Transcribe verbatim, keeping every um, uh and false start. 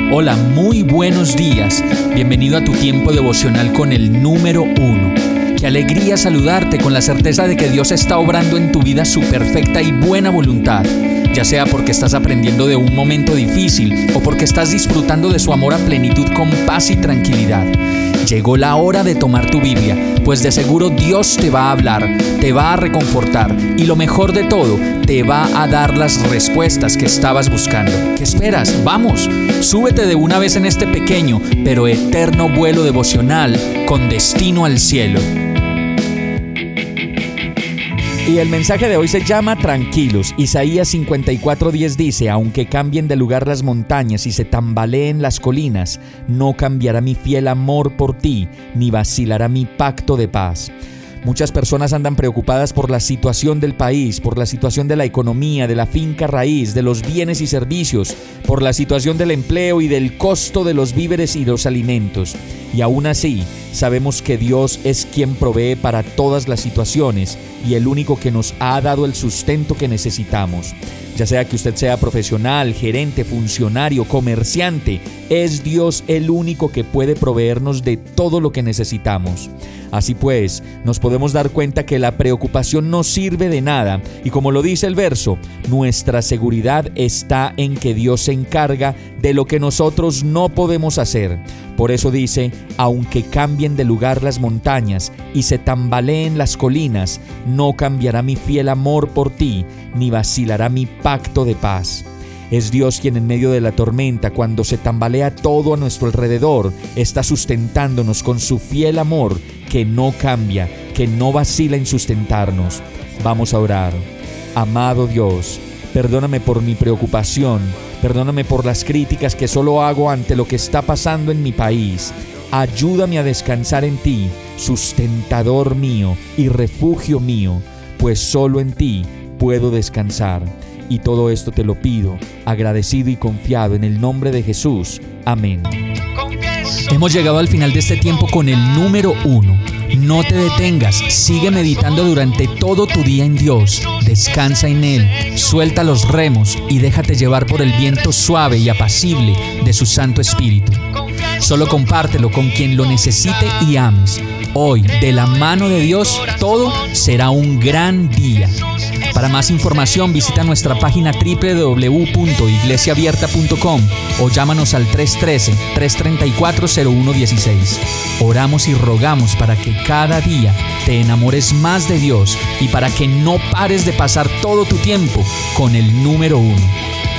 Hola, muy buenos días. Bienvenido a tu tiempo devocional con el número uno. Qué alegría saludarte con la certeza de que Dios está obrando en tu vida su perfecta y buena voluntad, ya sea porque estás aprendiendo de un momento difícil o porque estás disfrutando de su amor a plenitud con paz y tranquilidad. Llegó la hora de tomar tu Biblia, pues de seguro Dios te va a hablar, te va a reconfortar y lo mejor de todo, te va a dar las respuestas que estabas buscando. ¿Qué esperas? ¡Vamos! Súbete de una vez en este pequeño pero eterno vuelo devocional con destino al cielo. Y el mensaje de hoy se llama Tranquilos. Isaías cincuenta y cuatro diez dice: aunque cambien de lugar las montañas y se tambaleen las colinas, no cambiará mi fiel amor por ti, ni vacilará mi pacto de paz. Muchas personas andan preocupadas por la situación del país, por la situación de la economía, de la finca raíz, de los bienes y servicios, por la situación del empleo y del costo de los víveres y los alimentos. Y aún así, sabemos que Dios es quien provee para todas las situaciones y el único que nos ha dado el sustento que necesitamos. Ya sea que usted sea profesional, gerente, funcionario, comerciante, es Dios el único que puede proveernos de todo lo que necesitamos. Así pues, nos podemos dar cuenta que la preocupación no sirve de nada y, como lo dice el verso, nuestra seguridad está en que Dios se encarga de lo que nosotros no podemos hacer. Por eso dice: aunque cambien de lugar las montañas y se tambaleen las colinas, no cambiará mi fiel amor por ti, ni vacilará mi pacto de paz. Es Dios quien en medio de la tormenta, cuando se tambalea todo a nuestro alrededor, está sustentándonos con su fiel amor que no cambia, que no vacila en sustentarnos. Vamos a orar. Amado Dios, perdóname por mi preocupación, perdóname por las críticas que solo hago ante lo que está pasando en mi país. Ayúdame a descansar en ti, sustentador mío y refugio mío, pues solo en ti puedo descansar. Y todo esto te lo pido, agradecido y confiado en el nombre de Jesús. Amén. Hemos llegado al final de este tiempo con el número uno. No te detengas, sigue meditando durante todo tu día en Dios. Descansa en Él, suelta los remos y déjate llevar por el viento suave y apacible de su Santo Espíritu. Solo compártelo con quien lo necesite y ames. Hoy, de la mano de Dios, todo será un gran día. Para más información, visita nuestra página doble u doble u doble u punto iglesia abierta punto com o llámanos al tres uno tres, tres tres cuatro, cero uno uno seis. Oramos y rogamos para que cada día te enamores más de Dios y para que no pares de pasar todo tu tiempo con el número uno.